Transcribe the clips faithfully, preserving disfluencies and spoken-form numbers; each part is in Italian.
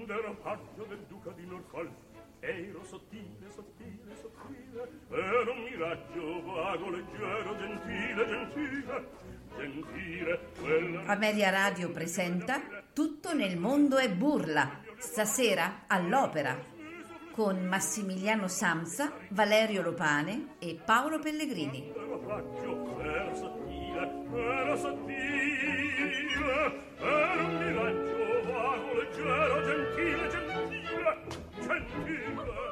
crudero paggio del duca di Norfolk. Ero sottile, sottile, sottile, ero un miraggio vago, leggero, gentile, gentile, gentile. Quella... Ameria Radio presenta Tutto nel mondo è burla, stasera all'Opera, con Massimiliano Samsa, Valerio Lopane e Paolo Pellegrini. Ero sottile, ero sottile, ero un miraggio vago, leggero, gentile, gentile, gentile.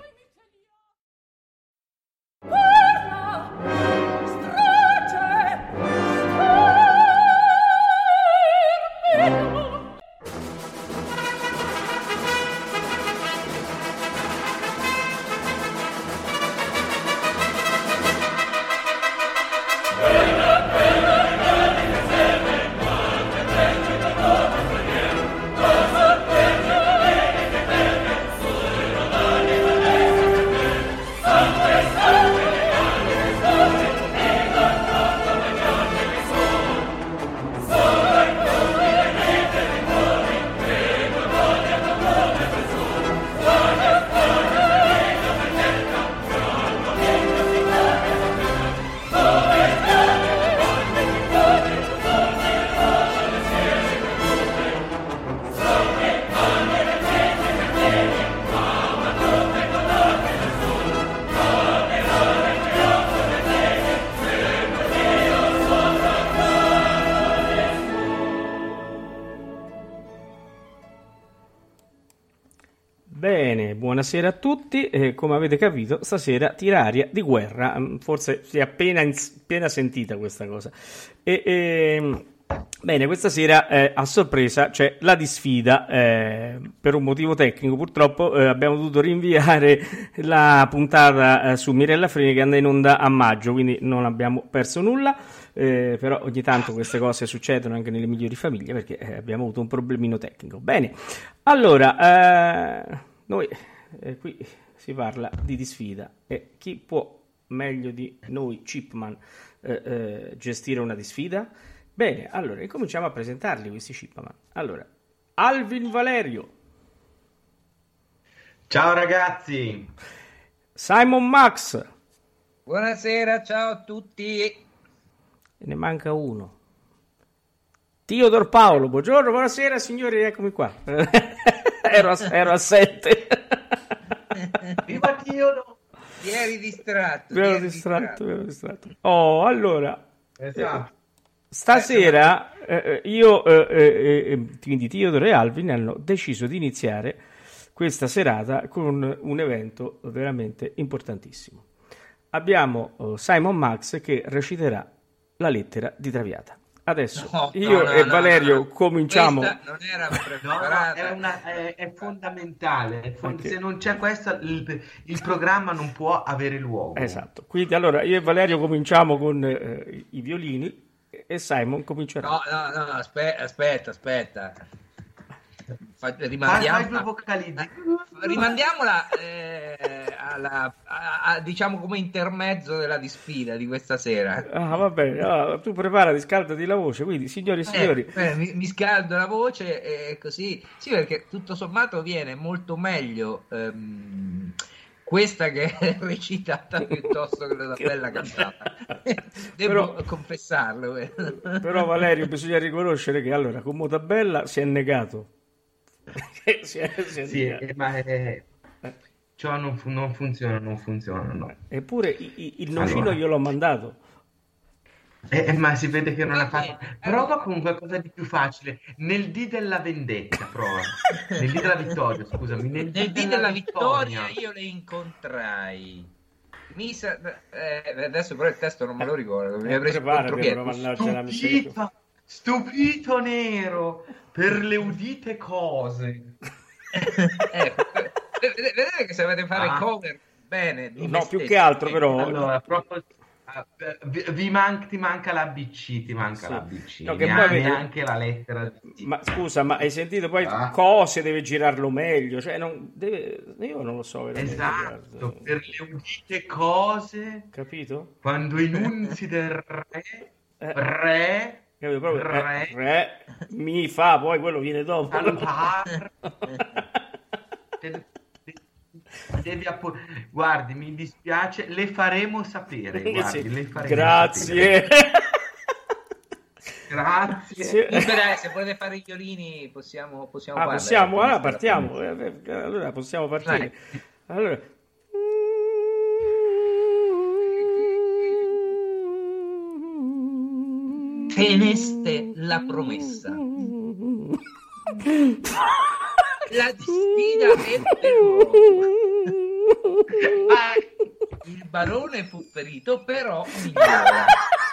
Buonasera a tutti, eh, come avete capito stasera tira aria di guerra, forse si è appena, in, appena sentita questa cosa. E, e, bene, questa sera eh, a sorpresa c'è la disfida, eh, per un motivo tecnico purtroppo eh, abbiamo dovuto rinviare la puntata eh, su Mirella Freni che andrà in onda a maggio, quindi non abbiamo perso nulla, eh, però ogni tanto queste cose succedono anche nelle migliori famiglie perché eh, abbiamo avuto un problemino tecnico. Bene, allora... Eh, Noi eh, qui si parla di disfida e chi può meglio di noi Chipman eh, eh, gestire una disfida? Bene, allora incominciamo a presentarli questi Chipman. Allora, Alvin Valerio. Ciao ragazzi. Simon Max. Buonasera, ciao a tutti. E ne manca uno. Theodor Paolo. Buongiorno, buonasera signori, eccomi qua. ero, a, ero assente. Viva Dio! Ti eri distratto. Mi ero distratto, mi ero distratto. Oh, allora. Esatto. Eh, stasera eh, io, eh, eh, quindi Theodore e Alvin hanno deciso di iniziare questa serata con un evento veramente importantissimo. Abbiamo oh, Simon Max che reciterà la lettera di Traviata. Adesso no, io no, no, e no, Valerio no, no. cominciamo. Questa non era No, preparata. no, è, una, è, è fondamentale. È fond- Okay. Se non c'è questa, il, il programma non può avere luogo. Esatto. Quindi allora io e Valerio cominciamo con eh, i violini e Simon comincerà. No, no, no, aspetta, aspetta, aspetta. Fa- Fai, rimandiamo, fai due vocalizzi. rimandiamola eh, alla, a, a- diciamo come intermezzo della disfida di questa sera. Ah, va bene. Ah, tu preparati, scaldati la voce. Quindi, signori e signori, Eh, eh, mi, mi scaldo la voce e così. Sì, perché tutto sommato viene molto meglio ehm, questa che è recitata piuttosto che la bella cantata. Devo Però- confessarlo. eh. però Valerio bisogna riconoscere che allora con Motabella si è negato. si è, si è Sì, negato. eh, ma è- ciò non, fu- non funziona, non funziona, no. Eppure i- i- il nocino Allora. gliel'ho mandato. Eh, eh, ma si vede che non ha fatto. Vabbè, Prova con qualcosa di più facile. Nel D della vendetta, prova. Nel D della vittoria, scusami. Nel D Nel dì della della vittoria io le incontrai. Mi sa- eh, adesso però il testo non me lo ricordo. Mi Eh, avrei preparati, contropiede. però, mannaggia la miseria. Stupito, stupito nero per le udite cose. Ecco, vedete vedete che sapete fare Ah. cover bene di me No, più stessi. che altro però. Allora, proprio, ah, vi, vi man- ti manca la B C, ti manca Sì. la B C, No, che neanche, poi- neanche la lettera D. Ma scusa, ma hai sentito poi Ah. cose deve girarlo meglio? Cioè, non deve... io non lo so veramente, Esatto, guarda. per le udite cose, Capito? quando i nunzi del re, Eh. re, Capito? Proprio, re, eh, re, mi fa, poi quello viene dopo. salvar, devi appo- guardi, mi dispiace, le faremo sapere. Guardi, Sì. le faremo Grazie. sapere. Grazie. Sì. Beh, se volete fare i violini possiamo, possiamo Ah, farlo. possiamo? Eh, Allora questa è la partiamo. Eh, eh, Allora possiamo partire. Vai. Allora. Teneste la promessa. La sfida è per voi. Il barone fu ferito, però migliora.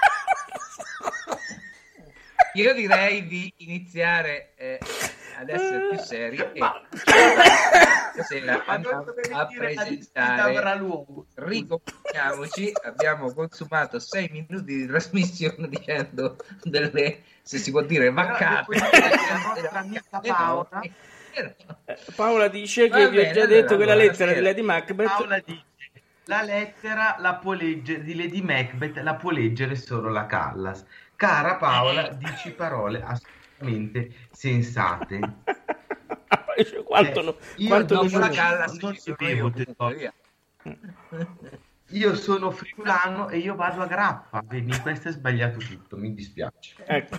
Io direi di iniziare eh, ad essere più seri e stasera andiamo a presentare. Ricominciamoci. Abbiamo consumato sei minuti di trasmissione dicendo delle, se si può dire, vaccate. La nostra amica Paola, Paola dice Va che vi ho bene, già allora, detto che la allora, lettera di sera. Lady Macbeth. Paola dice la lettera la può leggere, di Lady Macbeth la può leggere solo la Callas. Cara Paola, dici parole assolutamente sensate. quanto no, Io quanto dopo non la ci- Callas non ci bevo, te lo- Io sono friulano e io vado a grappa. Vedi, questo è sbagliato tutto, mi dispiace. Ecco.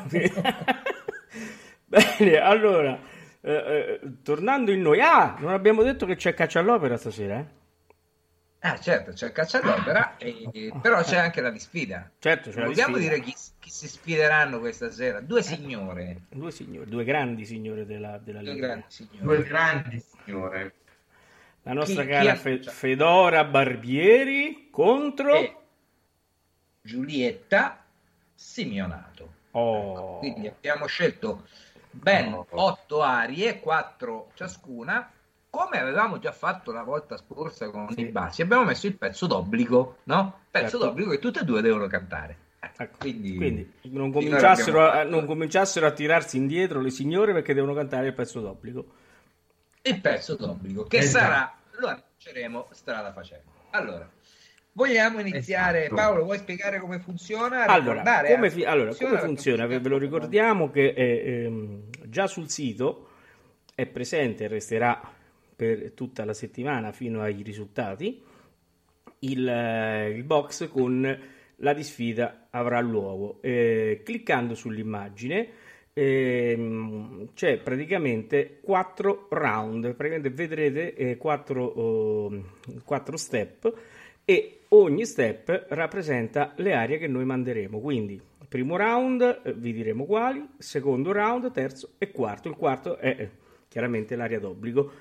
Bene, allora, eh, eh, tornando in noi. Ah, non abbiamo detto che c'è Caccia all'Opera stasera, eh? Ah, certo, c'è il caccia all'opera, e- però c'è anche la disfida. Certo, c'è la Vogliamo disfida. dire chi, chi si sfideranno questa sera? Due signore, Due signori, due grandi signore della, della due Lega. grandi signori. Due grandi signore. La nostra Chi- cara chi Fe- annuncia? Fedora Barbieri contro... E Giulietta Simeonato. Oh. Quindi abbiamo scelto ben No. otto arie, quattro ciascuna, come avevamo già fatto la volta scorsa con Sì. i bassi. Abbiamo messo il pezzo d'obbligo, no? Pezzo Certo. d'obbligo che tutte e due devono cantare. Ecco, Quindi, quindi non finora cominciassero, abbiamo a, fatto non cominciassero a tirarsi indietro le signore perché devono cantare il pezzo d'obbligo. il pezzo d'obbligo, che Esatto. sarà, lo annunceremo strada facendo. Allora, vogliamo iniziare? Esatto. Paolo, vuoi spiegare come funziona? Allora, Ricordare, come, eh, fi- allora, come perché funziona? Ve ve lo ricordiamo che eh, ehm, già sul sito è presente e resterà per tutta la settimana fino ai risultati il, eh, il box con la disfida avrà luogo. Eh, cliccando sull'immagine ehm, c'è praticamente quattro round, praticamente vedrete eh, quattro, oh, quattro step e ogni step rappresenta le aree che noi manderemo. Quindi primo round eh, vi diremo quali, secondo round, terzo e quarto. Il quarto è eh, chiaramente l'area d'obbligo.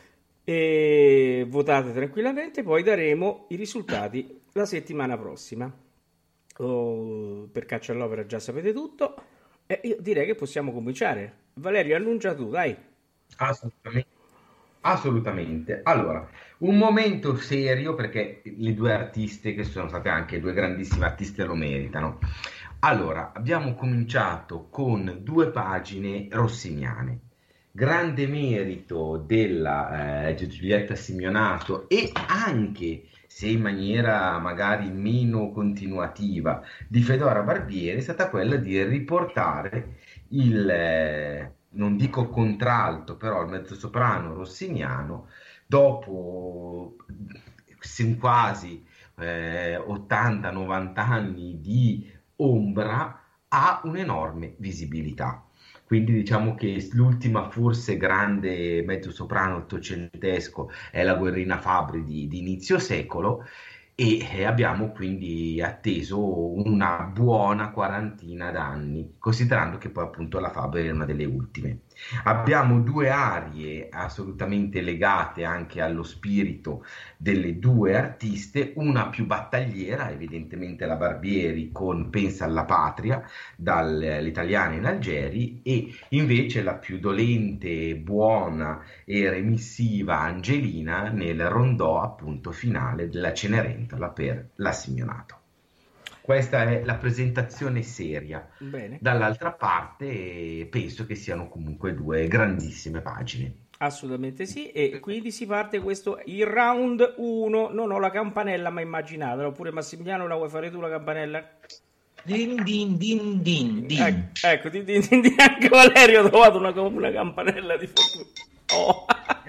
E votate tranquillamente, poi daremo i risultati la settimana prossima. Oh, per Caccia all'Opera già sapete tutto e io direi che possiamo cominciare. Valerio, annuncia tu, dai. Assolutamente. Assolutamente. Allora, un momento serio perché le due artiste che sono state anche due grandissime artiste lo meritano. Allora, abbiamo cominciato con due pagine rossiniane. Grande merito della eh, Giulietta Simeonato e anche, se in maniera magari meno continuativa, di Fedora Barbieri, è stata quella di riportare il, eh, non dico contralto, però il mezzosoprano rossiniano dopo sin quasi eh, ottanta novanta anni di ombra ha un'enorme visibilità. Quindi diciamo che l'ultima forse grande mezzosoprano ottocentesco è la Guerrina Fabbri di, di inizio secolo e abbiamo quindi atteso una buona quarantina d'anni, considerando che poi appunto la Fabbri è una delle ultime. Abbiamo due arie assolutamente legate anche allo spirito delle due artiste, una più battagliera, evidentemente la Barbieri con Pensa alla patria, dall'italiana in Algeri, e invece la più dolente, buona e remissiva Angelina nel rondò appunto finale della Cenerentola per la Simeonato. Questa è la presentazione seria. Bene. Dall'altra parte penso che siano comunque due grandissime pagine. Assolutamente sì, e quindi si parte questo, il round uno. Non ho la campanella, ma immaginatela. Oppure Massimiliano, la vuoi fare tu la campanella? Din din din din din. Ecco, ecco di, di, di, di- anche Valerio ha trovato una, una campanella di fortuna. Oh.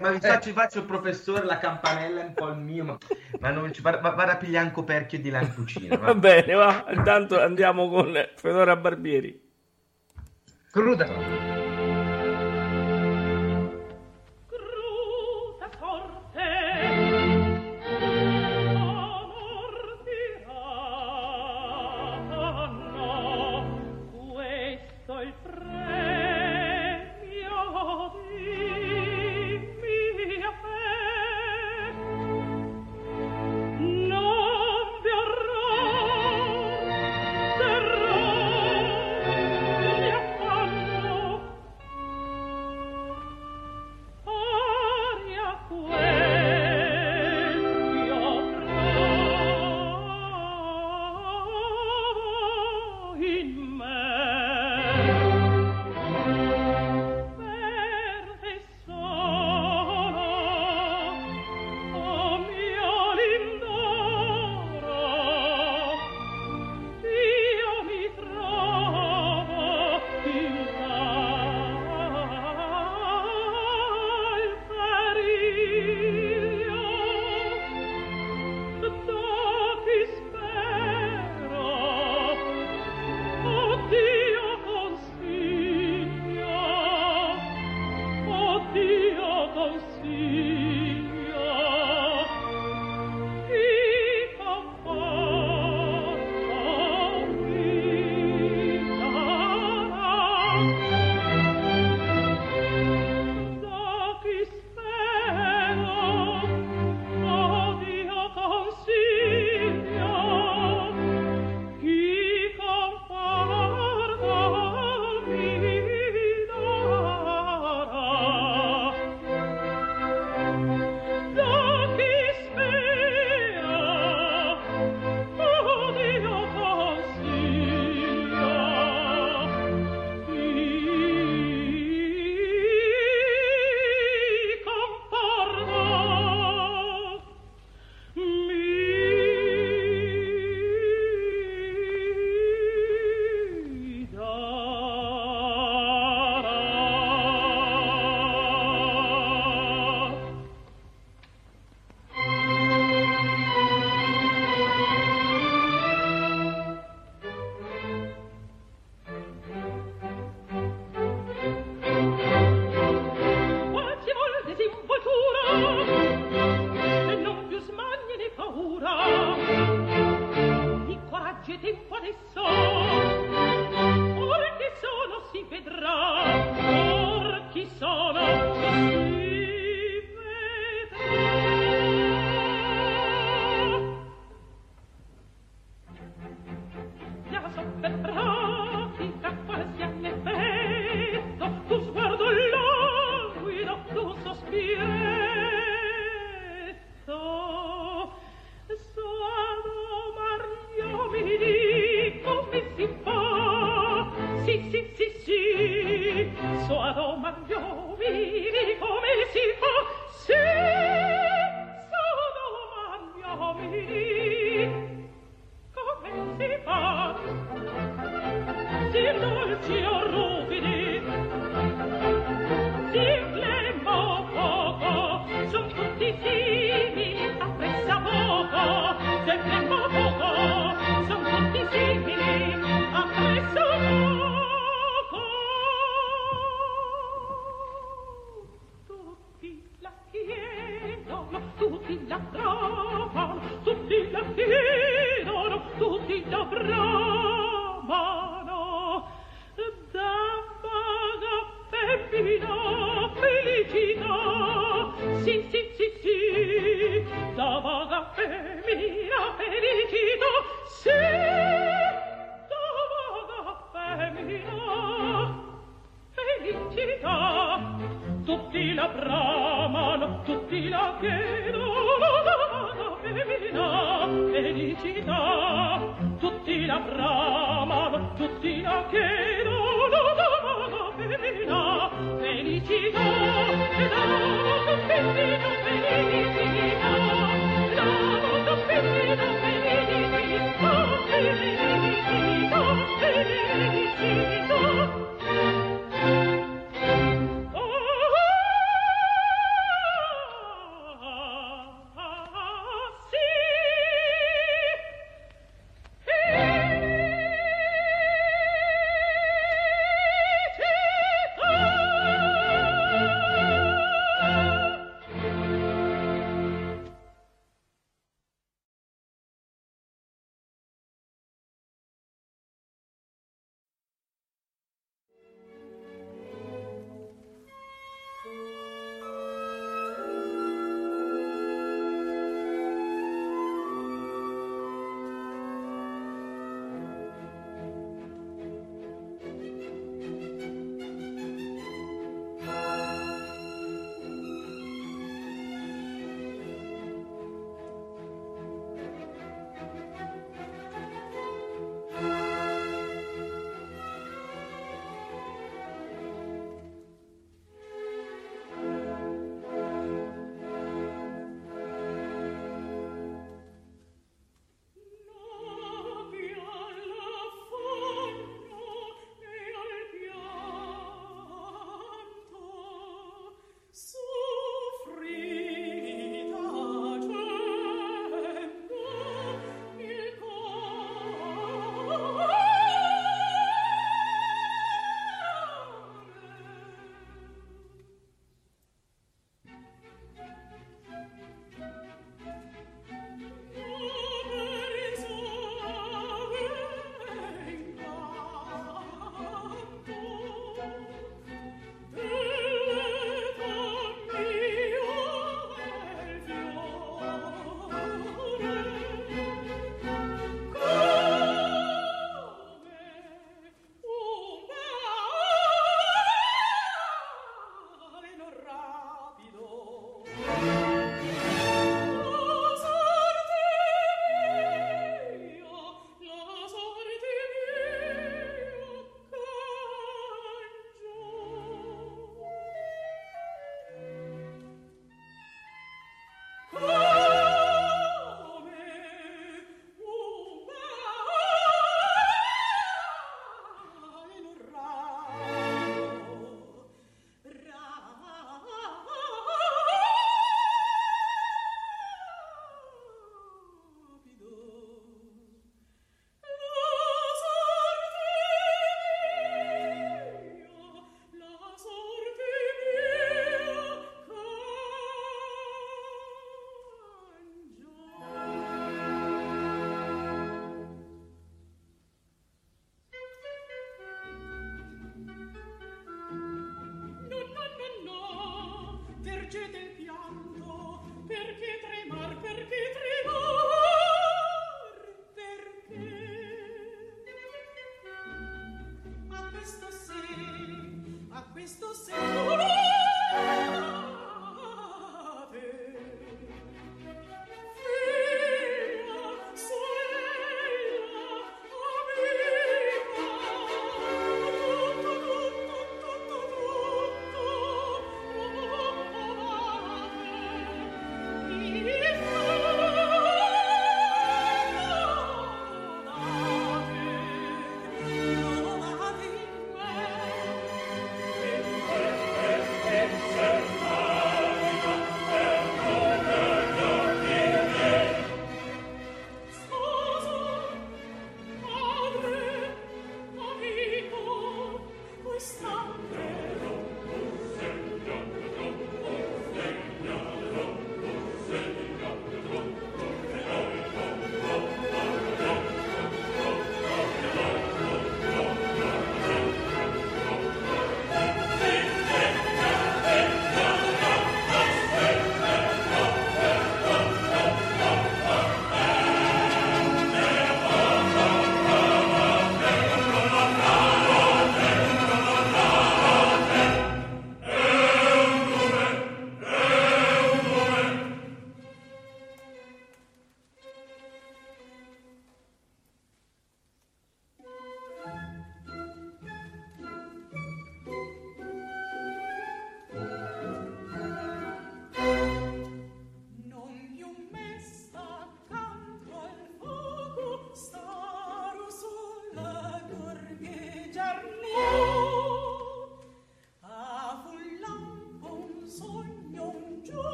ma ci faccio, faccio il professore, la campanella è un po' il mio, ma, ma non ci va, va, vado a pigliare un coperchio di là in cucina. Va, va bene, va. Intanto andiamo con Fedora Barbieri. Cruda.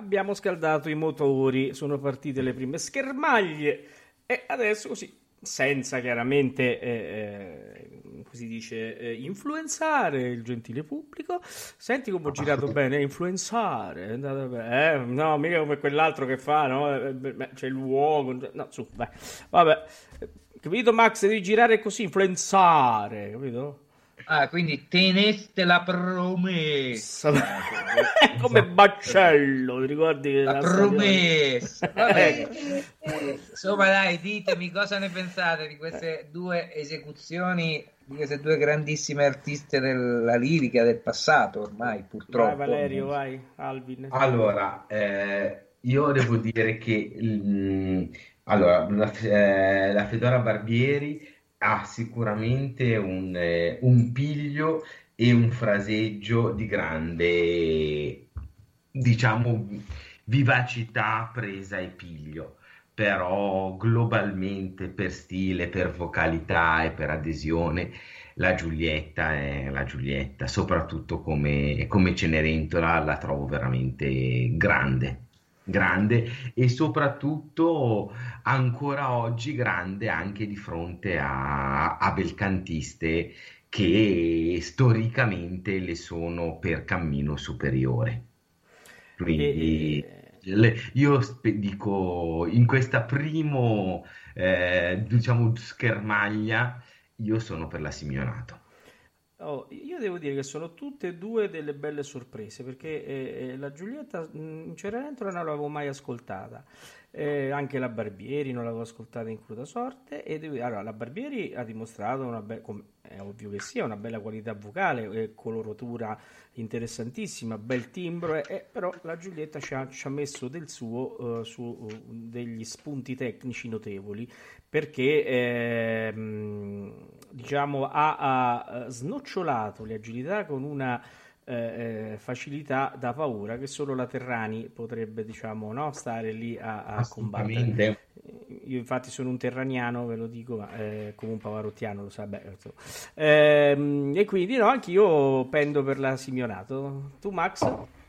abbiamo scaldato i motori, sono partite le prime schermaglie e adesso così, senza chiaramente, eh, eh, come si dice, eh, influenzare il gentile pubblico. Senti come ho girato bene, influenzare, è andata bene, eh? No, mica come quell'altro che fa, no? Eh, beh, c'è il luogo, no, su, vai. Vabbè, capito Max, devi girare così, influenzare, capito? Ah, quindi teneste la promessa. Come Baccello, ti ricordi? La promessa. Vabbè. Insomma, dai, ditemi cosa ne pensate di queste due esecuzioni, di queste due grandissime artiste della lirica del passato, ormai purtroppo. Vai Valerio, vai, Alvin. Allora, eh, io devo dire che mh, allora, la, eh, la Fedora Barbieri ha sicuramente un, eh, un piglio e un fraseggio di grande, diciamo, vivacità presa e piglio, però globalmente per stile, per vocalità e per adesione la Giulietta è la Giulietta, soprattutto come, come Cenerentola la trovo veramente grande. grande e soprattutto ancora oggi grande anche di fronte a, a belcantiste che storicamente le sono per cammino superiore. Quindi E- le- io spe- dico in questa primo eh, diciamo schermaglia io sono per la Simeonato. Oh, io devo dire che sono tutte e due delle belle sorprese perché eh, eh, la Giulietta mh, in Cenerentola non l'avevo mai ascoltata. Eh, anche la Barbieri non l'avevo ascoltata in Cruda Sorte e devo- allora, la Barbieri ha dimostrato una be- com- è ovvio che sia una bella qualità vocale, eh, coloratura interessantissima, bel timbro, eh, eh, però la Giulietta ci ha, ci ha messo del suo eh, su eh, degli spunti tecnici notevoli perché ehm, diciamo ha, ha, eh, snocciolato le agilità con una eh, eh, facilità da paura che solo la Terrani potrebbe, diciamo, no, stare lì a, a combattere. Assolutamente. Io infatti sono un terraniano, ve lo dico, ma eh, come un pavarottiano, lo sa, beh, insomma. Ehm, e quindi no, anch'io pendo per la Simeonato. Tu Max?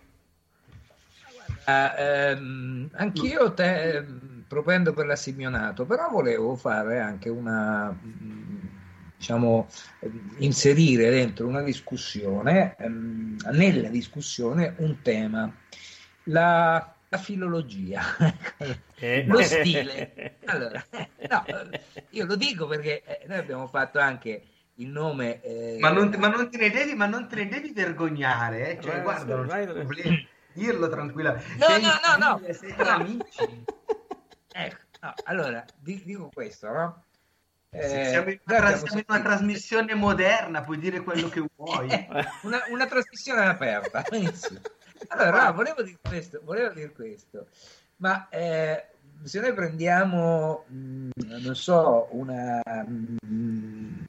Ah, ehm, anch'io te, ehm, propendo per la Simeonato, però volevo fare anche una, mm, diciamo, ehm, inserire dentro una discussione, ehm, nella discussione un tema, la, la filologia, Eh. lo stile. Allora, no, io lo dico perché eh, noi abbiamo fatto anche il nome. eh, Ma non, te- ma non te ne devi, ma non te ne devi vergognare, eh? Cioè, Vai, guarda, non vai, c'è vai. problema. Dirlo tranquilla. No, Sei in no, no, no. famiglia, sei tra amici. Ecco, no, allora, di- dico questo, no? Sì, Eh, siamo in noi una, abbiamo tra- siamo in una sentito- trasmissione moderna, puoi dire quello che vuoi. Eh, una, una trasmissione aperta. benissimo. Allora, no, volevo dire questo, volevo dire questo, ma eh, se noi prendiamo, mh, non so, una mh,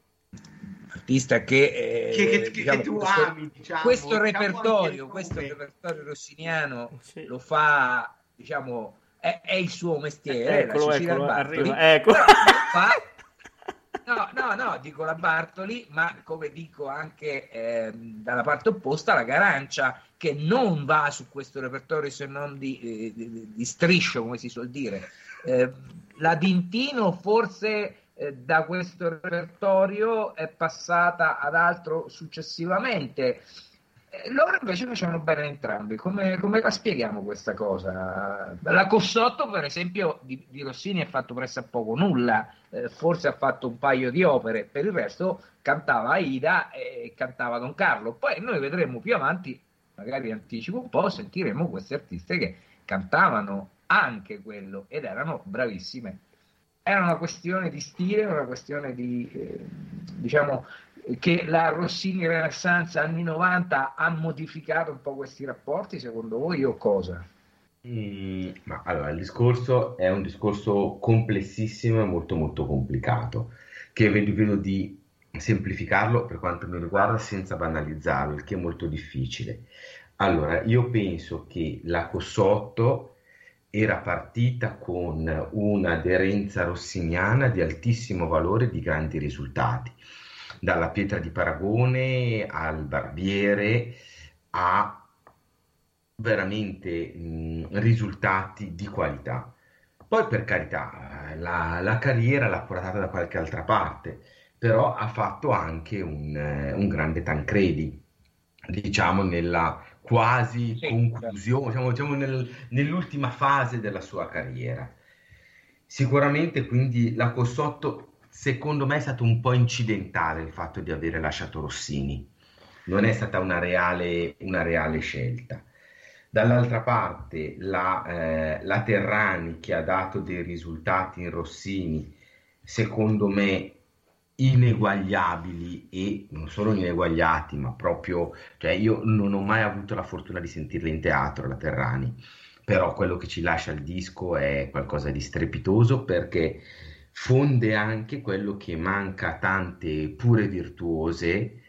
artista che, eh, Che, che- che diciamo, tu questo, ami, diciamo. questo Diciamo repertorio, anche questo come. repertorio rossiniano Sì. lo fa, diciamo, è, è il suo mestiere, la Eccolo, Cecilia eccolo, Bartoli, arriva, ecco. però lo fa. No, no, no, dico la Bartoli, ma come dico anche ehm, dalla parte opposta la Garancia, che non va su questo repertorio se non di, eh, di, di striscio, come si suol dire. Eh, la Dintino forse eh, da questo repertorio è passata ad altro successivamente. Eh, loro invece facevano bene entrambi. Come, come la spieghiamo questa cosa? La Cossotto, per esempio, di, di Rossini ha fatto pressappoco nulla, eh, forse ha fatto un paio di opere, per il resto cantava Aida e cantava Don Carlo. Poi noi vedremo più avanti, magari anticipo un po', sentiremo queste artiste che cantavano anche quello ed erano bravissime. Era una questione di stile, una questione di, eh, diciamo, che la Rossini Renaissance anni novanta ha modificato un po' questi rapporti, secondo voi, o cosa? Mm, ma allora, il discorso è un discorso complessissimo e molto molto complicato, che vedo, vedo di semplificarlo per quanto mi riguarda senza banalizzarlo, il che è molto difficile. Allora, io penso che la Cossotto era partita con un'aderenza rossiniana di altissimo valore e di grandi risultati, dalla Pietra di Paragone al Barbiere a veramente mh, risultati di qualità. Poi per carità, la, la carriera l'ha portata da qualche altra parte, però ha fatto anche un, eh, un grande Tancredi, diciamo nella quasi Sì, certo. conclusione, diciamo, diciamo nel- nell'ultima fase della sua carriera. Sicuramente quindi la Cossotto, secondo me, è stato un po' incidentale il fatto di avere lasciato Rossini, non è stata una reale, una reale scelta. Dall'altra parte la, eh, la Terrani che ha dato dei risultati in Rossini, secondo me ineguagliabili e non solo ineguagliati, ma proprio, cioè io non ho mai avuto la fortuna di sentirla in teatro, la Terrani, però quello che ci lascia il disco è qualcosa di strepitoso perché fonde anche quello che manca a tante pure virtuose,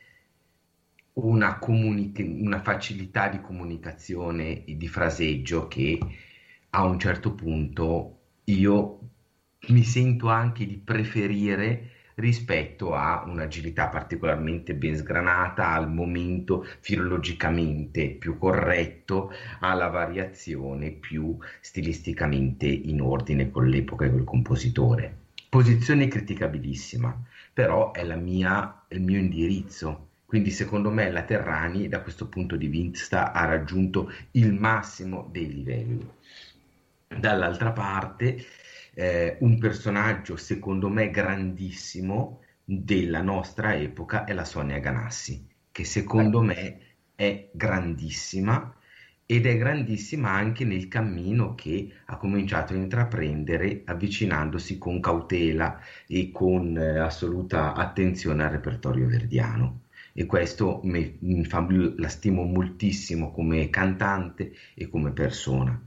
una, comunica- una facilità di comunicazione e di fraseggio che a un certo punto io mi sento anche di preferire rispetto a un'agilità particolarmente ben sgranata, al momento filologicamente più corretto, alla variazione più stilisticamente in ordine con l'epoca e col compositore. Posizione criticabilissima, però è la mia, è il mio indirizzo. Quindi secondo me la Terrani da questo punto di vista ha raggiunto il massimo dei livelli. Dall'altra parte, eh, un personaggio secondo me grandissimo della nostra epoca è la Sonia Ganassi, che secondo me è grandissima ed è grandissima anche nel cammino che ha cominciato a intraprendere avvicinandosi con cautela e con eh, assoluta attenzione al repertorio verdiano. E questo mi, mi fa, la stimo moltissimo come cantante e come persona.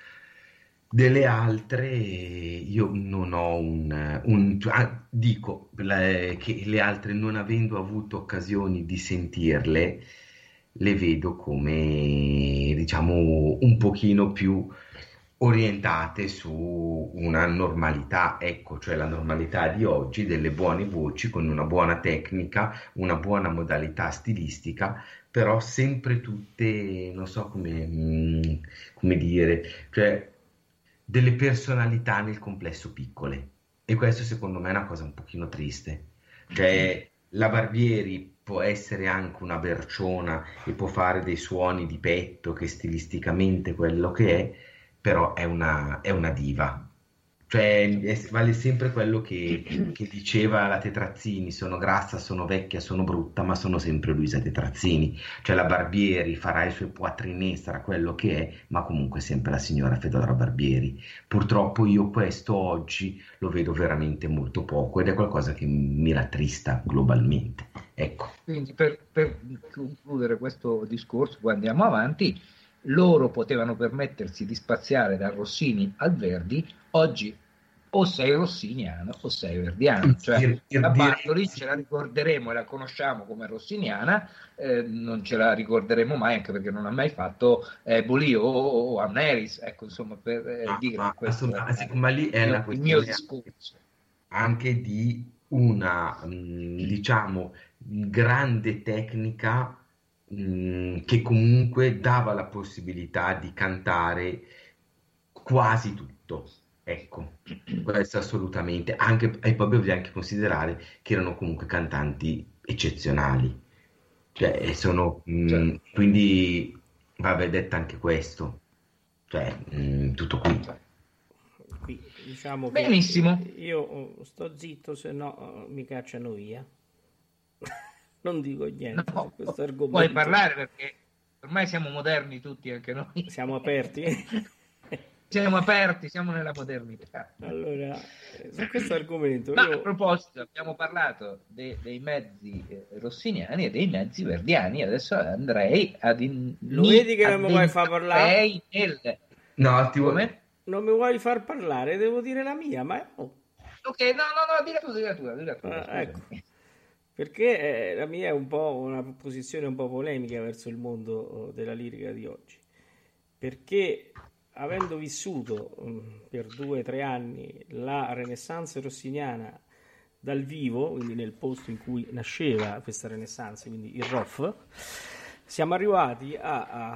Delle altre io non ho un, un ah, dico le- che le altre non avendo avuto occasioni di sentirle, le vedo come diciamo un pochino più orientate su una normalità, ecco, cioè la normalità di oggi delle buone voci con una buona tecnica, una buona modalità stilistica, però sempre tutte, non so come, mm, come dire, cioè delle personalità nel complesso piccole. E questo secondo me è una cosa un pochino triste. Cioè, la Barbieri può essere anche una berciona e può fare dei suoni di petto che stilisticamente quello che è, però è una, è una diva. Cioè, è- vale sempre quello che, che diceva la Tetrazzini: sono grassa, sono vecchia, sono brutta, ma sono sempre Luisa Tetrazzini. Cioè, la Barbieri farà i suoi poitriné, sarà quello che è, ma comunque sempre la signora Fedora Barbieri. Purtroppo io questo oggi lo vedo veramente molto poco ed è qualcosa che mi rattrista globalmente. Ecco. Quindi per, per concludere questo discorso, poi andiamo avanti, loro potevano permettersi di spaziare da Rossini al Verdi, oggi o sei rossiniano o sei verdiano, cioè Dir- la direi Bartoli sì. ce la ricorderemo e la conosciamo come rossiniana, eh, non ce la ricorderemo mai anche perché non ha mai fatto eh, Bolì o, o Amneris, ecco, insomma, per eh, Ma, dire ma, questo insomma, è sì, ma lì il è una mio, il mio questione discorso. anche di una, mh, diciamo, grande tecnica mh, che comunque dava la possibilità di cantare quasi tutto. Ecco, questo assolutamente. Anche, e poi bisogna anche considerare che erano comunque cantanti eccezionali. Cioè, e sono, Cioè, mh, quindi va detta anche questo. Cioè, mh, tutto qui. Qui diciamo che benissimo. io eh, sto zitto, se no eh, mi cacciano via. Non dico niente su No, questo puoi argomento. parlare perché ormai siamo moderni tutti, anche noi. Siamo aperti? Siamo aperti, siamo nella modernità. Allora, eh, su questo argomento Ma a io... proposito, abbiamo parlato de- dei mezzi eh, rossiniani e dei mezzi verdiani. Adesso andrei ad in- Lo mi vedi che non mi vuoi far parlare? addentrerei nel... No, ti vuoi- Come? Non mi vuoi far parlare, devo dire la mia, ma... oh. Ok, no, no, no, dica tu, dica tu, dica tu, Ah, ecco. scusami. Perché eh, la mia è un po' una posizione un po' polemica verso il mondo oh, della lirica di oggi. Perché avendo vissuto mh, per due o tre anni la Renaissance rossiniana dal vivo, quindi nel posto in cui nasceva questa Renaissance, quindi il R O F, siamo arrivati a, a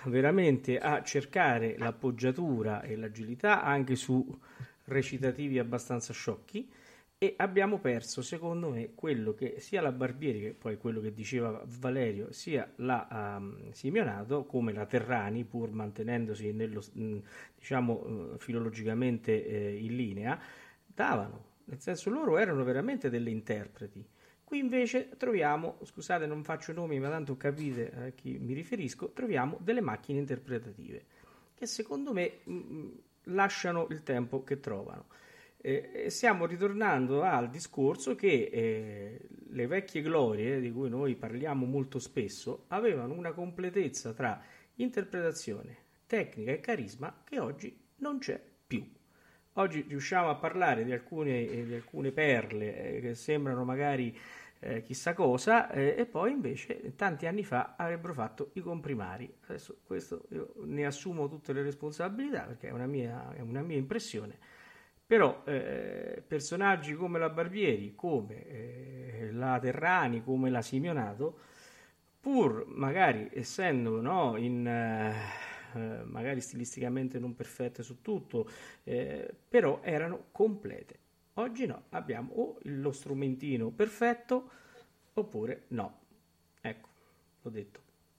veramente a cercare l'appoggiatura e l'agilità anche su recitativi abbastanza sciocchi, e abbiamo perso, secondo me, quello che sia la Barbieri, che poi quello che diceva Valerio, sia la um, Simeonato, come la Terrani, pur mantenendosi nello, diciamo, filologicamente eh, in linea, davano. Nel senso, loro erano veramente delle interpreti. Qui invece troviamo, scusate non faccio nomi ma tanto capite a chi mi riferisco, troviamo delle macchine interpretative che secondo me mh, lasciano il tempo che trovano. Eh, stiamo ritornando al discorso che eh, le vecchie glorie, di cui noi parliamo molto spesso, avevano una completezza tra interpretazione, tecnica e carisma che oggi non c'è più. Oggi riusciamo a parlare di alcune, eh, di alcune perle eh, che sembrano magari eh, chissà cosa, eh, e poi invece tanti anni fa avrebbero fatto i comprimari. Adesso questo io ne assumo tutte le responsabilità perché è una mia, è una mia impressione. Però eh, personaggi come la Barbieri, come eh, la Terrani, come la Simeonato, pur magari essendo no, in, eh, magari stilisticamente non perfette su tutto, eh, però erano complete. Oggi no, abbiamo o lo strumentino perfetto oppure no. Ecco, l'ho detto.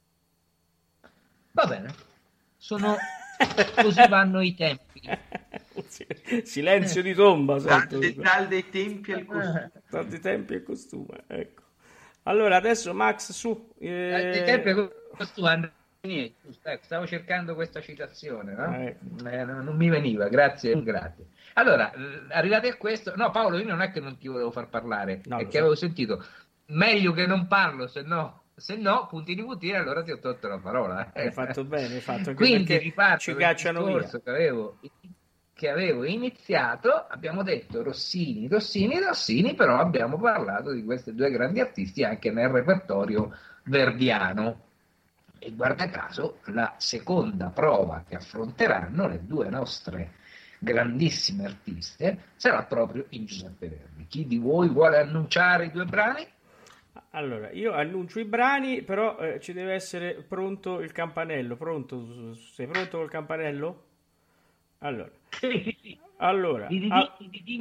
Va bene, sono così vanno i tempi. Silenzio di tomba, dal dei tempi al costume. Dal dei tempi al costume, ecco. Allora adesso Max su eh... dei tempi al costume. Stavo cercando questa citazione, no? eh. Eh, non mi veniva, grazie, grazie. Allora, arrivati a questo, no Paolo, io non è che non ti volevo far parlare, no, è che so. avevo sentito meglio che non parlo, se no se no, puntini puntini, allora ti ho tolto la parola. Hai fatto bene, hai fatto anche quindi riparto ci cacciano via. Che avevo, che avevo iniziato, abbiamo detto Rossini, Rossini, Rossini, però abbiamo parlato di questi due grandi artisti anche nel repertorio verdiano. E guarda caso, la seconda prova che affronteranno le due nostre grandissime artiste sarà proprio in Giuseppe Verdi. Chi di voi vuole annunciare i due brani? Allora, io annuncio i brani, però eh, ci deve essere pronto il campanello. Pronto? Sei pronto col campanello? Allora, allora a...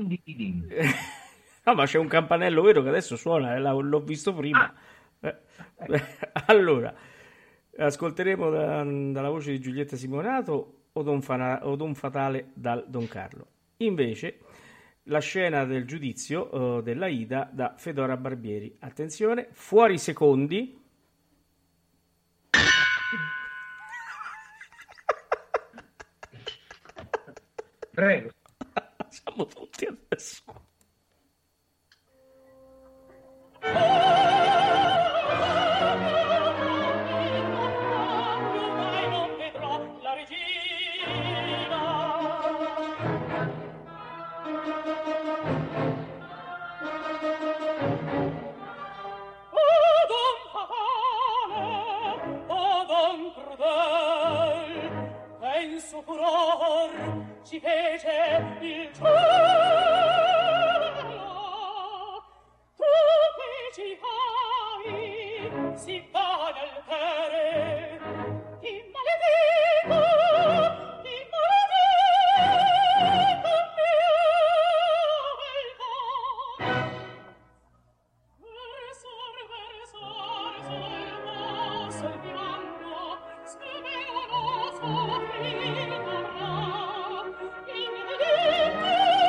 no, ma c'è un campanello vero che adesso suona, eh, l'ho visto prima. Eh, allora, ascolteremo da, dalla voce di Giulietta Simeonato o Don, Fana, o Don Fatale dal Don Carlo. Invece la scena del giudizio uh, della Ida da Fedora Barbieri. Attenzione, fuori secondi. Prego. Siamo tutti adesso. Ci fece il cielo, tu che ci fai, si va nel terre, ti maledico, ti maledico mio alba. Versar, versar, sol basso il pianto, scrivevano soffrire.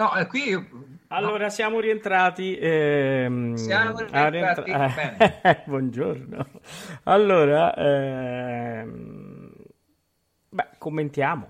No, eh, qui io- Allora, siamo rientrati. ehm, Siamo a rientrati, rientra- Buongiorno. Allora, ehm, beh, commentiamo.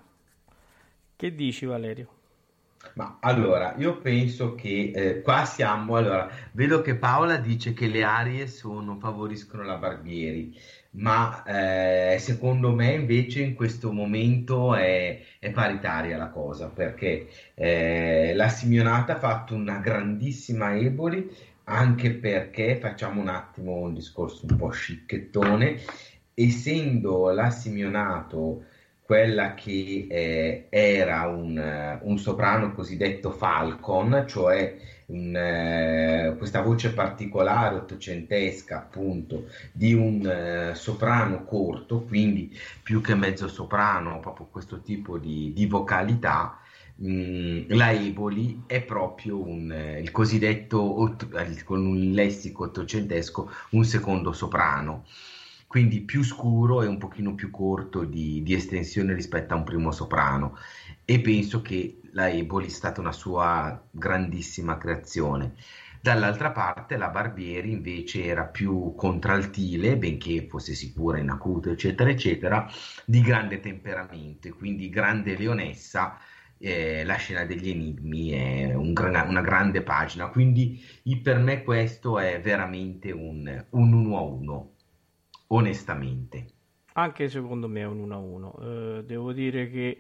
Che dici, Valerio? Ma allora, io penso che eh, qua siamo. Allora, vedo che Paola dice che le arie sono, favoriscono la Barbieri, ma eh, secondo me invece in questo momento è, è paritaria la cosa, perché eh, la Simeonata ha fatto una grandissima Eboli, anche perché facciamo un attimo un discorso un po' scicchettone, essendo la Simeonato quella che eh, era un, eh, un soprano cosiddetto falcon, cioè un, eh, questa voce particolare ottocentesca appunto di un eh, soprano corto, quindi più che mezzo soprano, proprio questo tipo di, di vocalità. Mm, la Eboli è proprio un, eh, il cosiddetto, ott- eh, con un lessico ottocentesco, un secondo soprano, quindi più scuro e un pochino più corto di, di estensione rispetto a un primo soprano, e penso che la Eboli è stata una sua grandissima creazione. Dall'altra parte la Barbieri invece era più contraltile, benché fosse sicura in acuto, eccetera, eccetera, di grande temperamento, e quindi grande leonessa. Eh, la scena degli enigmi è un gra- una grande pagina, quindi i- per me questo è veramente un, un uno a uno, onestamente. Anche secondo me è un uno a uno. Eh, devo dire che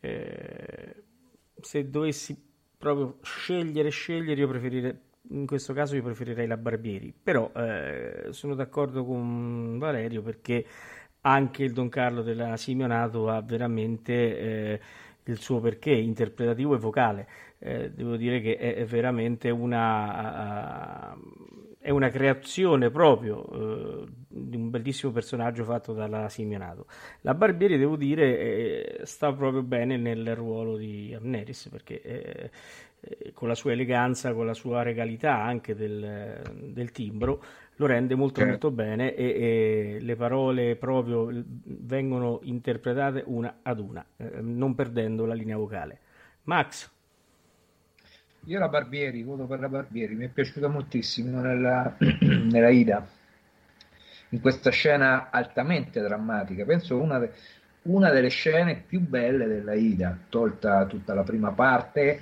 eh, se dovessi proprio scegliere, scegliere, io preferirei, in questo caso io preferirei la Barbieri, però eh, sono d'accordo con Valerio perché anche il Don Carlo della Simeonato ha veramente eh, il suo perché interpretativo e vocale. Eh, devo dire che è, è veramente una, è una creazione proprio eh, di un bellissimo personaggio fatto dalla Simeonato. La Barbieri, devo dire, eh, sta proprio bene nel ruolo di Amneris perché eh, eh, con la sua eleganza, con la sua regalità anche del, del timbro, lo rende molto Certo. molto bene e, e le parole proprio vengono interpretate una ad una, eh, non perdendo la linea vocale. Max, io la Barbieri, voto per la Barbieri, mi è piaciuta moltissimo nella, nella Ida, in questa scena altamente drammatica, penso una, de- una delle scene più belle della Ida, tolta tutta la prima parte.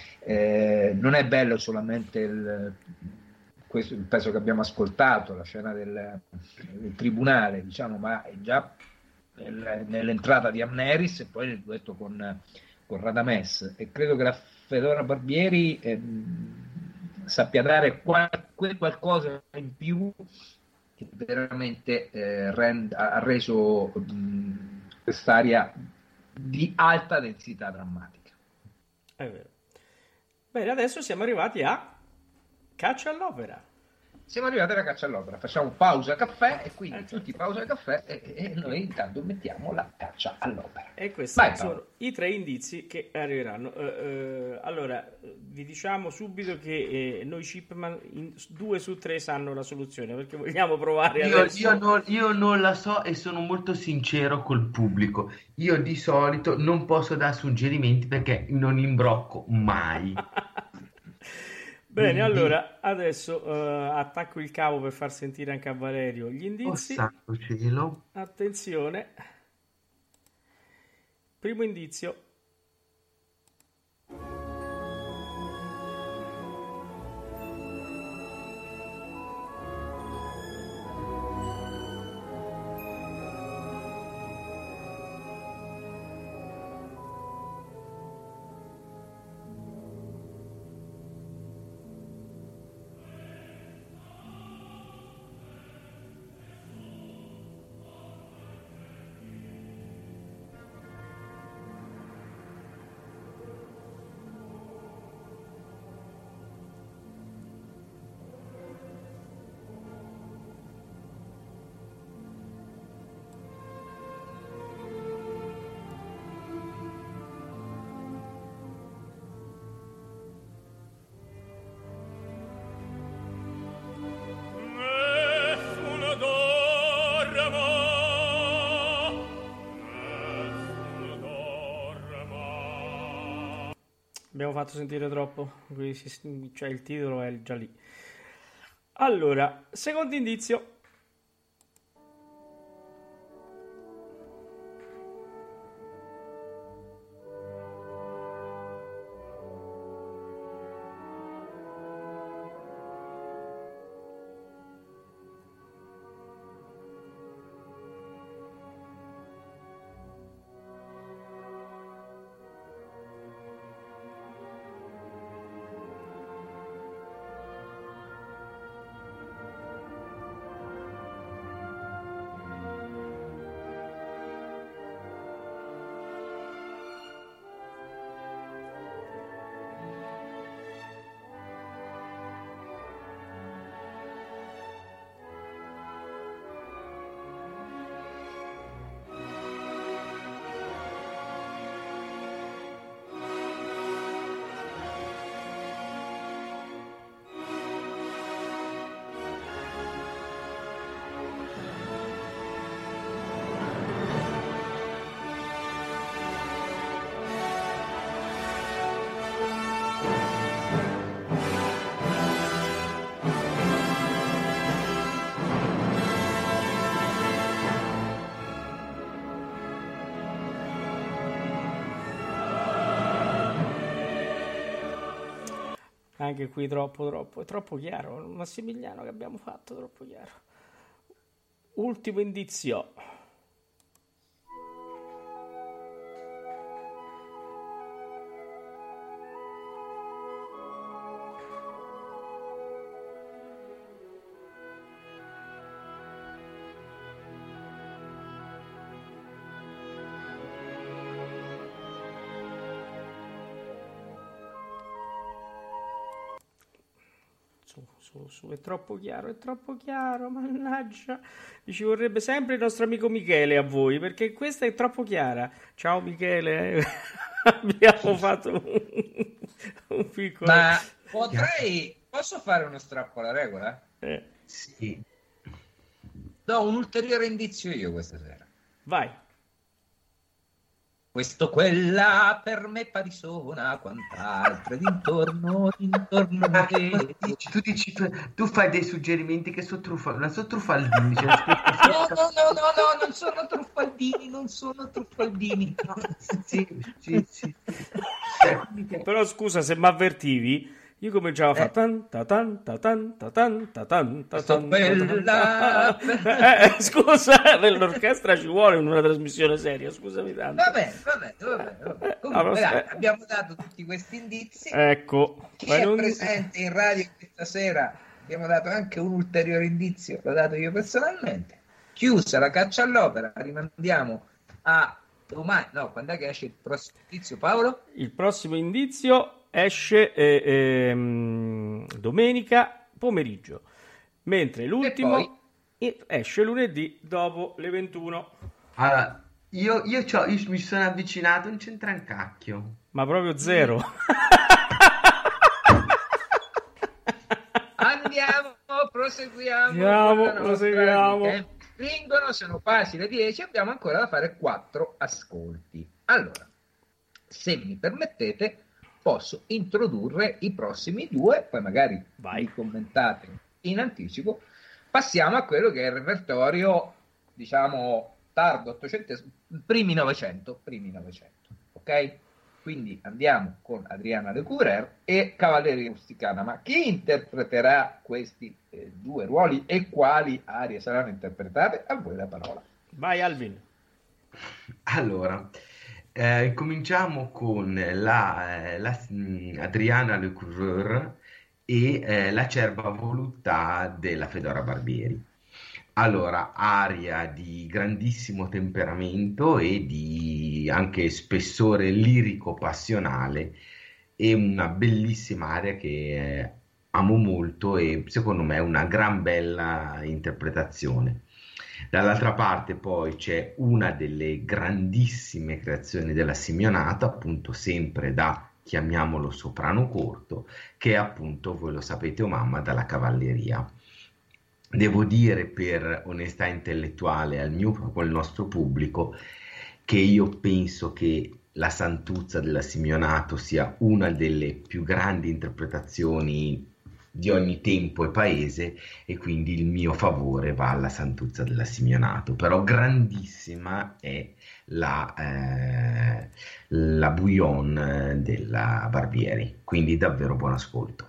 Eh, non è bello solamente il, questo, il pezzo che abbiamo ascoltato, la scena del, del tribunale, diciamo, ma è già nel- nell'entrata di Amneris e poi nel duetto con, con Radames, e credo che la Fedora Barbieri ehm, sappia dare qual- quel qualcosa in più che veramente eh, rend- ha reso mh, quest'aria di alta densità drammatica. è vero. Bene, adesso siamo arrivati a Caccia all'opera. Siamo arrivati alla caccia all'opera, facciamo pausa caffè e quindi Eh, certo. tutti pausa caffè e, e noi intanto mettiamo la caccia all'opera. E questi Vai, sono Paolo. i tre indizi che arriveranno. Eh, eh, allora, eh, vi diciamo subito che eh, noi Chipman in due su tre sanno la soluzione perché vogliamo provare Io, adesso. io non, io non la so e sono molto sincero col pubblico. Io di solito non posso dare suggerimenti perché non imbrocco mai. Bene, Quindi, allora adesso eh, attacco il cavo per far sentire anche a Valerio gli oh indizi. santo cielo. Attenzione. Primo indizio. abbiamo fatto sentire troppo, qui si- cioè il titolo è già lì. Allora, secondo indizio. Anche qui troppo, troppo, è troppo chiaro. Massimiliano che abbiamo fatto, troppo chiaro. Ultimo indizio. Su, su, su, è troppo chiaro, è troppo chiaro, mannaggia. Mi ci vorrebbe sempre il nostro amico Michele a voi, perché questa è troppo chiara. Ciao Michele, abbiamo fatto un, un piccolo... Ma potrei, posso fare uno strappo alla regola? Eh, Sì. Do un ulteriore indizio io questa sera. vai. Questo, quella, per me parisona, quant'altre d'intorno, d'intorno Ma a che cosa te. dici? Tu dici, tu, tu fai dei suggerimenti che sono truffa, non sono truffaldini. Cioè, No, no, no, no, no, non sono truffaldini, non sono truffaldini. sì, sì, sì. Cioè, quindi che- Però scusa, se mi avvertivi, io cominciavo a fare tan ta tan ta tan ta tan ta tan ta Questo, tan ta tan. quella. Eh, eh, scusa, l'orchestra ci vuole in una trasmissione seria, scusami tanto. Va bene, va bene, va bene, va bene. Comunque, allora, dai, eh. abbiamo dato tutti questi indizi. Ecco, Chi ma è non- presente in radio questa sera? Abbiamo dato anche un ulteriore indizio, l'ho dato io personalmente. Chiusa la caccia all'opera, rimandiamo a domani. No, quando è che esce il prossimo indizio, Paolo? il prossimo indizio esce eh, ehm, domenica pomeriggio, mentre l'ultimo poi? e- esce lunedì dopo le ventuno. Allora, io, io, c'ho- io mi sono avvicinato, non c'entra un cacchio. Ma proprio zero. Andiamo, proseguiamo. Andiamo, con la nostra proseguiamo. vita. Eh, Stringono, sono quasi le dieci, abbiamo ancora da fare quattro ascolti. Allora, se mi permettete, posso introdurre i prossimi due, poi magari Vai. li commentate in anticipo. Passiamo a quello che è il repertorio, diciamo, tardo ottocento, primi novecento, primi novecento, ok? Quindi andiamo con Adriana Lecouvreur e Cavalleria Rusticana. Ma chi interpreterà questi eh, due ruoli e quali arie saranno interpretate? A voi la parola. Vai Alvin. Allora, eh, cominciamo con la, eh, la- mh, Adriana Lecouvreur e eh, l'Acerba Voluttà della Fedora Barbieri. Allora, aria di grandissimo temperamento e di anche spessore lirico-passionale e una bellissima aria che eh, amo molto e secondo me è una gran bella interpretazione. Dall'altra parte poi c'è una delle grandissime creazioni della Simeonato, appunto sempre da, chiamiamolo soprano corto, che è appunto, voi lo sapete o mamma, dalla Cavalleria. Devo dire per onestà intellettuale al mio, col nostro pubblico, che io penso che la Santuzza della Simeonato sia una delle più grandi interpretazioni di ogni tempo e paese, e quindi il mio favore va alla Santuzza della Simeonato. Però grandissima è la, eh, la Bouillon della Barbieri, quindi davvero buon ascolto.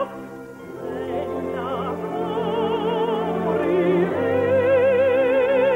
Thank you.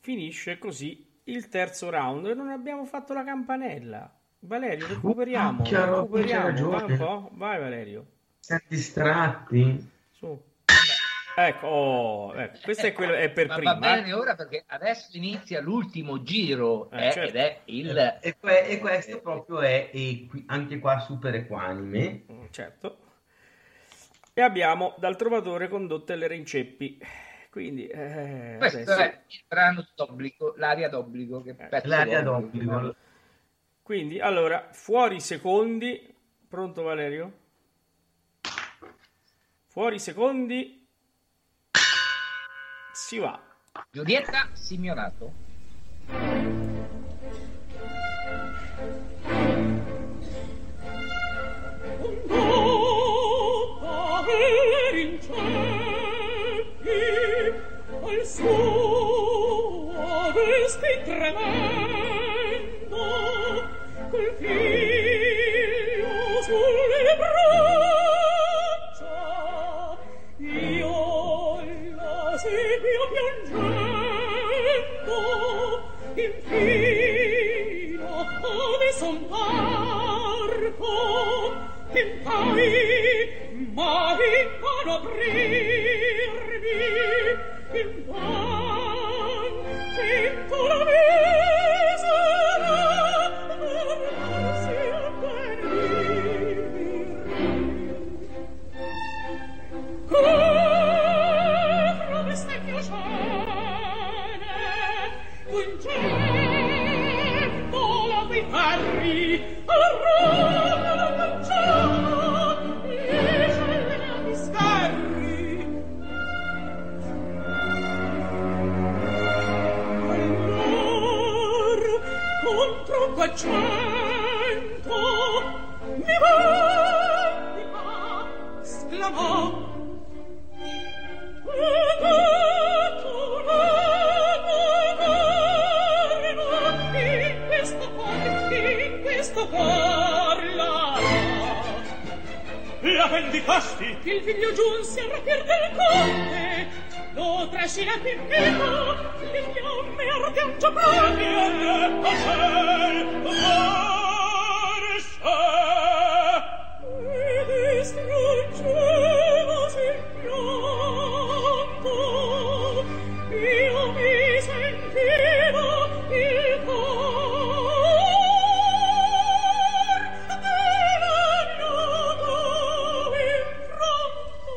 finisce così il terzo round e non abbiamo fatto la campanella. Valerio, recuperiamo, Chiaro, c'è recuperiamo, vai ragione. un po', vai Valerio, Siamo distratti. su. Ecco, oh, ecco, questo è, quello, è per Ma prima. va bene ora perché adesso inizia l'ultimo giro Eh, eh, certo. ed è il E, que- e questo proprio è equi- anche qua super equanime. Mm, certo. E abbiamo dal trovatore condotte le Renceppi. Quindi eh, questo adesso... è il brano d'obbligo, l'aria d'obbligo che pezzo L'aria d'obbligo. d'obbligo. Quindi, allora, fuori secondi. Pronto Valerio? Fuori secondi. Si va. Giulietta Simeonato. Condotta e Rinceppi al suo vestit tremendo col figlio sulle braccia io la seguio piangendo infino adesso un parco tentai mai a aprirmi invan sento la misera fermarsi a perdirmi che fra queste più scene giungendo la quei ferri alla ruota lanciata esce gli scherri allor contro quattrocento mi vendica sclamò ed ecco la in questo cuore, in questo cuore la la vendicasti che il figlio giunse a rapir del conte lo trascina più vivo le fiamme ardianto prove e a forse e distruggevasi il pianto io mi sentivo il cor dell'agnoto infranto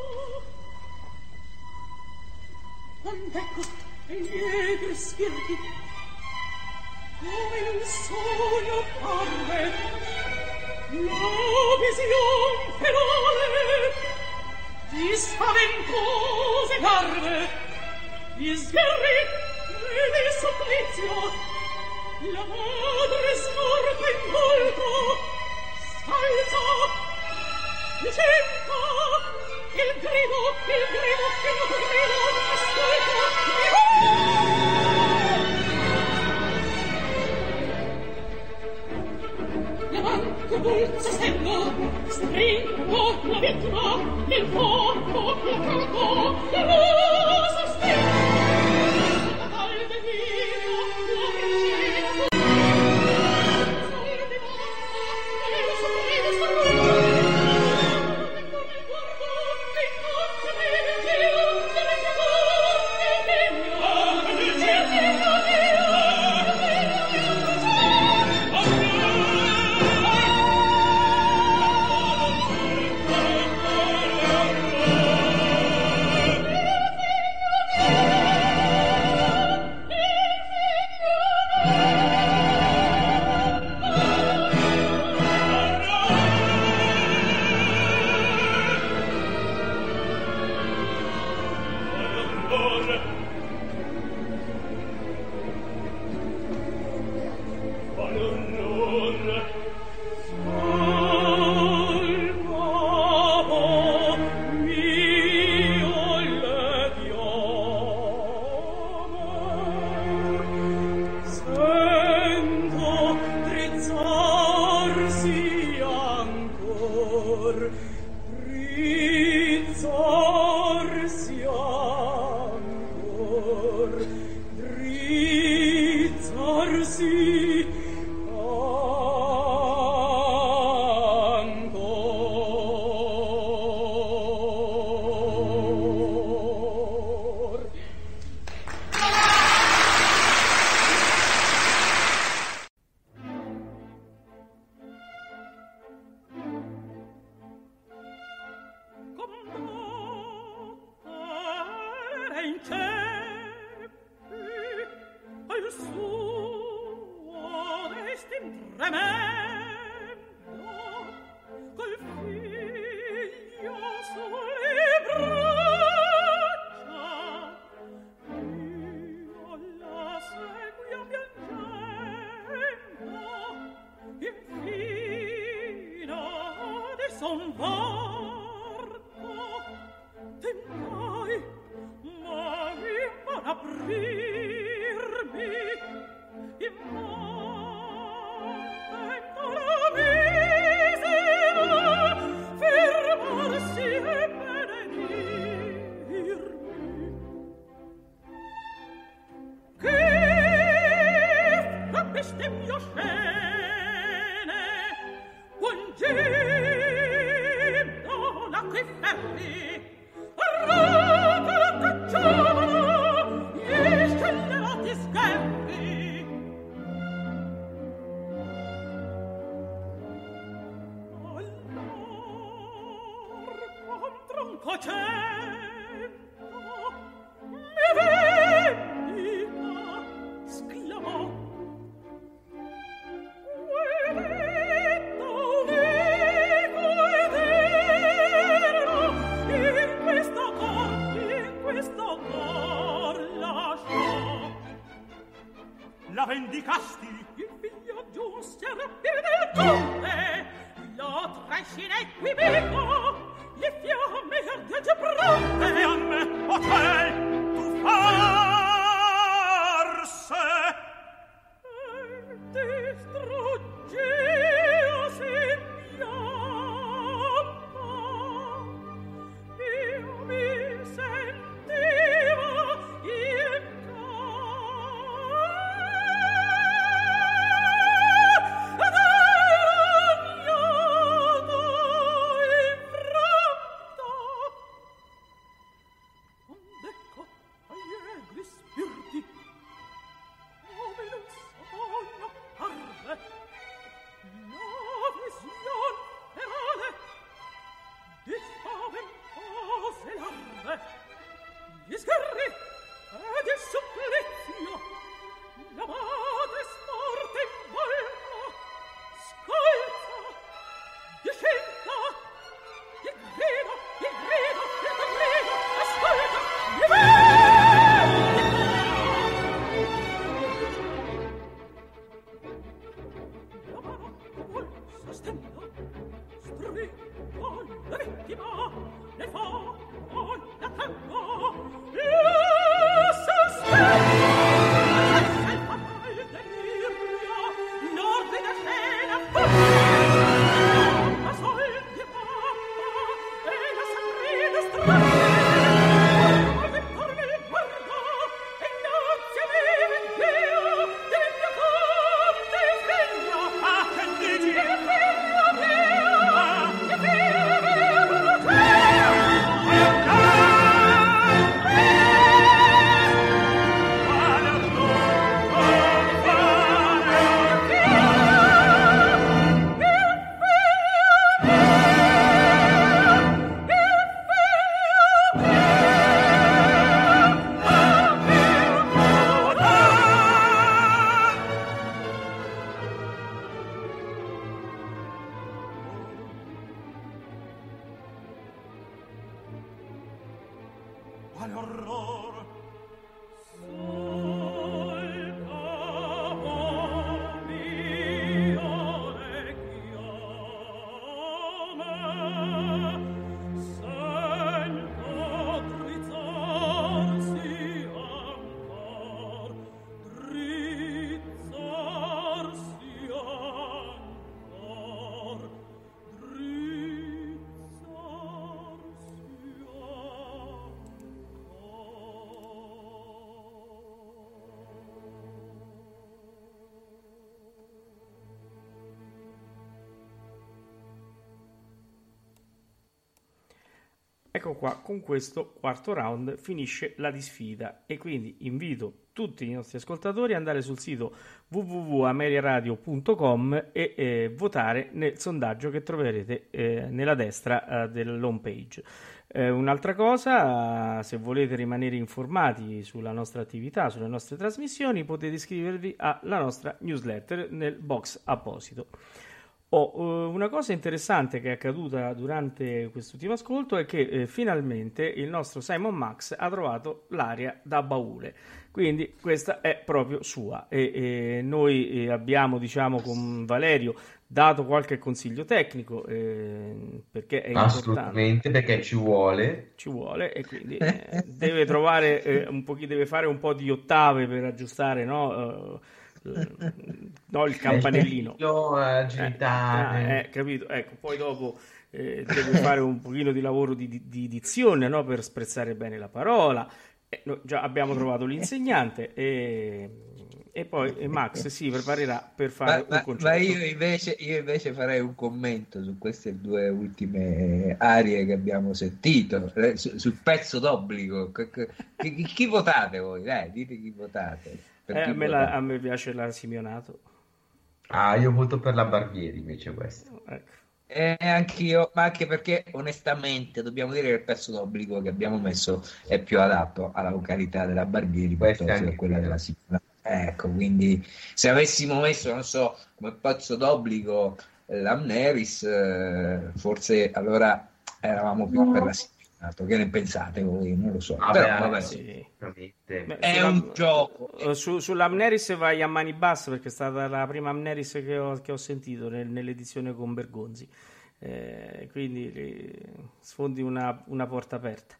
quand'ecco e lieti spiriti come in un sogno parve la vision fedele di spaventose garve di sgherri e di supplizio la madre scorta in volto s'alza dicendo il grido il grido il noto grido ascolta davanti pulso sento stringo la vittima il fuoco la cronaco la rosa stringo la tal delirio la ricerco solo di morta e lo sopremo storno con il guardo dei nozze del Dio delle seconde figlia del Dio rizzarsi ancor, rizzarsi in ceppi al suo destin tremendo col figlio sulle braccia io la seguia piangendo infino del son varco tentai ma in aprirmi in momento la misera fermarsi e benedirmi che fra bestemmio scene pungendo l'acqua e ferri arrata cacciavano gli scellerati scherri allora contro un cocento mi vendica sclamò Guedetto unico ed eterno in questo cor, in questo cor lasciò. La vendicasti? Il figlio giunse a piede del conte, lo trascinai qui vivo, le fiamme ardegge pronte. Le fiamme, o te, tu forse e distruggeo sin piamma. Io mi sentivo il cor ed ero agnato infranto. Onde ecco agli egli spiriti come in un sogno parve la vision ferale di spaventose larve, gli sgherri ed il supplizio, la madre smorta in volto, scolza, discinta, il grido, il grido, il grido, ascolta, mi la mano vuol sostendo, stringo la vittima, ne fa la tango, la sospendo, senza il fatal delirio, l'ordine scena fuori, la soldi pappa e la sagrina strada, al vittor mi guarda e grazie mi Dio del mio conte figlio. Ah, che dici? Il figlio mio, il figlio mio, quale orror! Sul capo mio le chiama, sento drizzarsi ancor, drizzarsi ancor, drizzarsi Ecco qua, con questo quarto round finisce la disfida e quindi invito tutti i nostri ascoltatori ad andare sul sito w w w punto ameriaradio punto com e eh, votare nel sondaggio che troverete eh, nella destra eh, dell'home page. Eh, un'altra cosa, se volete rimanere informati sulla nostra attività, sulle nostre trasmissioni, potete iscrivervi alla nostra newsletter nel box apposito. Oh, eh, una cosa interessante che è accaduta durante quest'ultimo ascolto è che eh, finalmente il nostro Simon Max ha trovato l'aria da baule, quindi questa è proprio sua e, e noi eh, abbiamo, diciamo, con Valerio dato qualche consiglio tecnico eh, perché è Assolutamente, importante, perché ci vuole. ci vuole e quindi eh, deve trovare eh, un po', deve fare un po' di ottave per aggiustare, no? Eh, no, il campanellino, Meglio, agilità, eh, eh, capito? Ecco, poi dopo eh, deve fare un pochino di lavoro di, di, di dizione, no? Per sprezzare bene la parola. Eh, noi già abbiamo trovato l'insegnante e, e poi e Max si preparerà per fare ma, un concerto. Ma io invece, io invece farei un commento su queste due ultime arie che abbiamo sentito, eh, su, sul pezzo d'obbligo. Chi, chi votate voi? Dai, dite chi votate. Eh, a, me la, a me piace la Simeonato. Ah, io voto per la Barbieri invece questo. Ecco. Eh, anch'io, ma anche perché onestamente dobbiamo dire che il pezzo d'obbligo che abbiamo messo è più adatto alla vocalità della Barbieri Questo è piuttosto che anche quella vero. della Simeonato. Ecco, quindi se avessimo messo, non so, come pezzo d'obbligo eh, l'Amneris, eh, forse allora eravamo più per la Simeonato. Che ne pensate voi? Non lo so. Vabbè, Però, vabbè, sì. Veramente. Beh, è sulla- un gioco. eh, Su, sull'Amneris vai a mani basse perché è stata la prima Amneris che ho, che ho sentito nel- nell'edizione con Bergonzi. Eh, quindi eh, sfondi una, una porta aperta.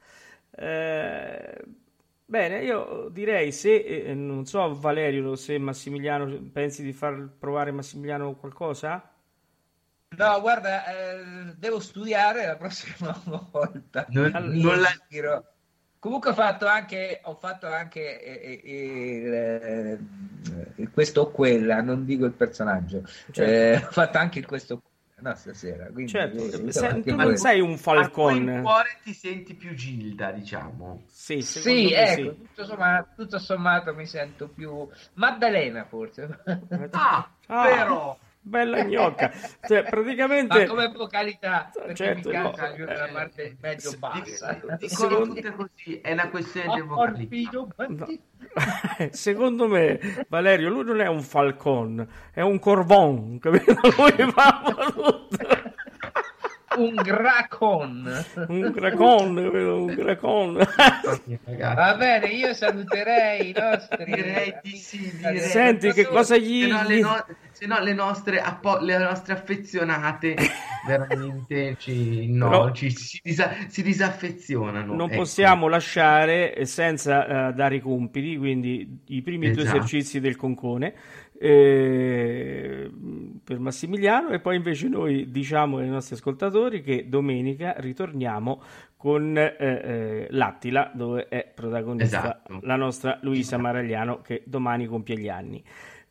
Eh, bene, io direi se eh, non so Valerio, se Massimiliano pensi di far provare Massimiliano qualcosa? No, guarda, eh, devo studiare la prossima volta. Non, Allora- non la... Dirò. Comunque ho fatto anche, ho fatto anche eh, eh, il, questo o quella, non dico il personaggio. Certo. Eh, ho fatto anche il questo o quella, no, stasera. Quindi, Certo, eh, se- insomma, tu anche non voi- sei un A falcon. cui in cuore ti senti più Gilda, diciamo. Sì, secondo Sì, me ecco, sì. tutto sommato, tutto sommato mi sento più Maddalena forse. Ah, Ah, però... bella gnocca. Cioè, praticamente Ma come vocalità, perché Certo, mi no. canta più nella parte medio Di- bassa. Dicono Secondo- tutte così, è una questione di Oh, vocalità. Orfido, No. Secondo me Valerio lui non è un falcon, è un corvon, capito? Lui fa tutto. un gracon. Un gracon, capito? Un gracon. Ragazzi, Va bene, io saluterei i nostri. direi di sì, direi. Senti che cosa gli, Se no, le, gli- no- se no le nostre, appo- le nostre affezionate veramente ci, no, Però- ci- si, disa- si disaffezionano. non ecco. possiamo lasciare senza eh, dare i compiti, quindi i primi due Esatto. esercizi del concone eh, per Massimiliano e poi invece noi diciamo ai nostri ascoltatori che domenica ritorniamo con eh, eh, l'Attila dove è protagonista Esatto. la nostra Luisa Maragliano che domani compie gli anni.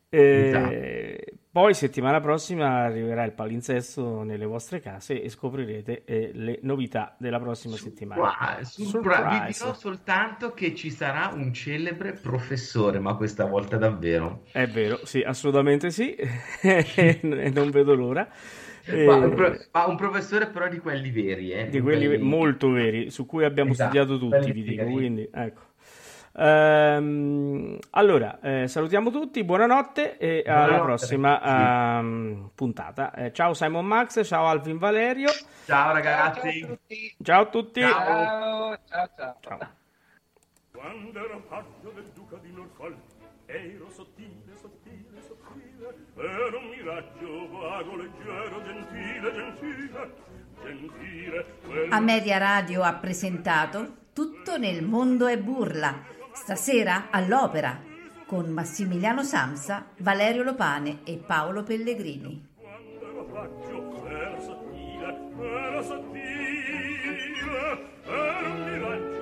Eh, Poi settimana prossima arriverà il palinsesto nelle vostre case e scoprirete eh, le novità della prossima settimana. Surprise, surprise. Vi Surprise. dirò soltanto che ci sarà un celebre professore, ma questa volta davvero. È vero, sì, assolutamente sì, e non vedo l'ora. Eh, Ma, un pro- ma un professore però di quelli veri, eh, di quelli quelli- molto veri, su cui abbiamo Esatto, studiato tutti, quelli vi dico, veri. quindi ecco. Ehm, allora, eh, salutiamo tutti, buonanotte e alla Buonanotte, prossima ragazzi. ehm, puntata. Eh, ciao Simon Max, ciao Alvin Valerio, Ciao Ciao, ragazzi. ciao a tutti. ciao a tutti. Ciao. Ciao, ciao, ciao. Ciao. Quando ero paggio del duca di Norfolk, ero sottile, sottile, sottile, ero un miraggio vago, leggero, gentile, gentile, gentile. quello- A Media Radio ha presentato Tutto nel mondo è burla, stasera all'Opera, con Massimiliano Samsa, Valerio Lopane e Paolo Pellegrini. Quando ero paggio, era sottile, era sottile, era un miraggio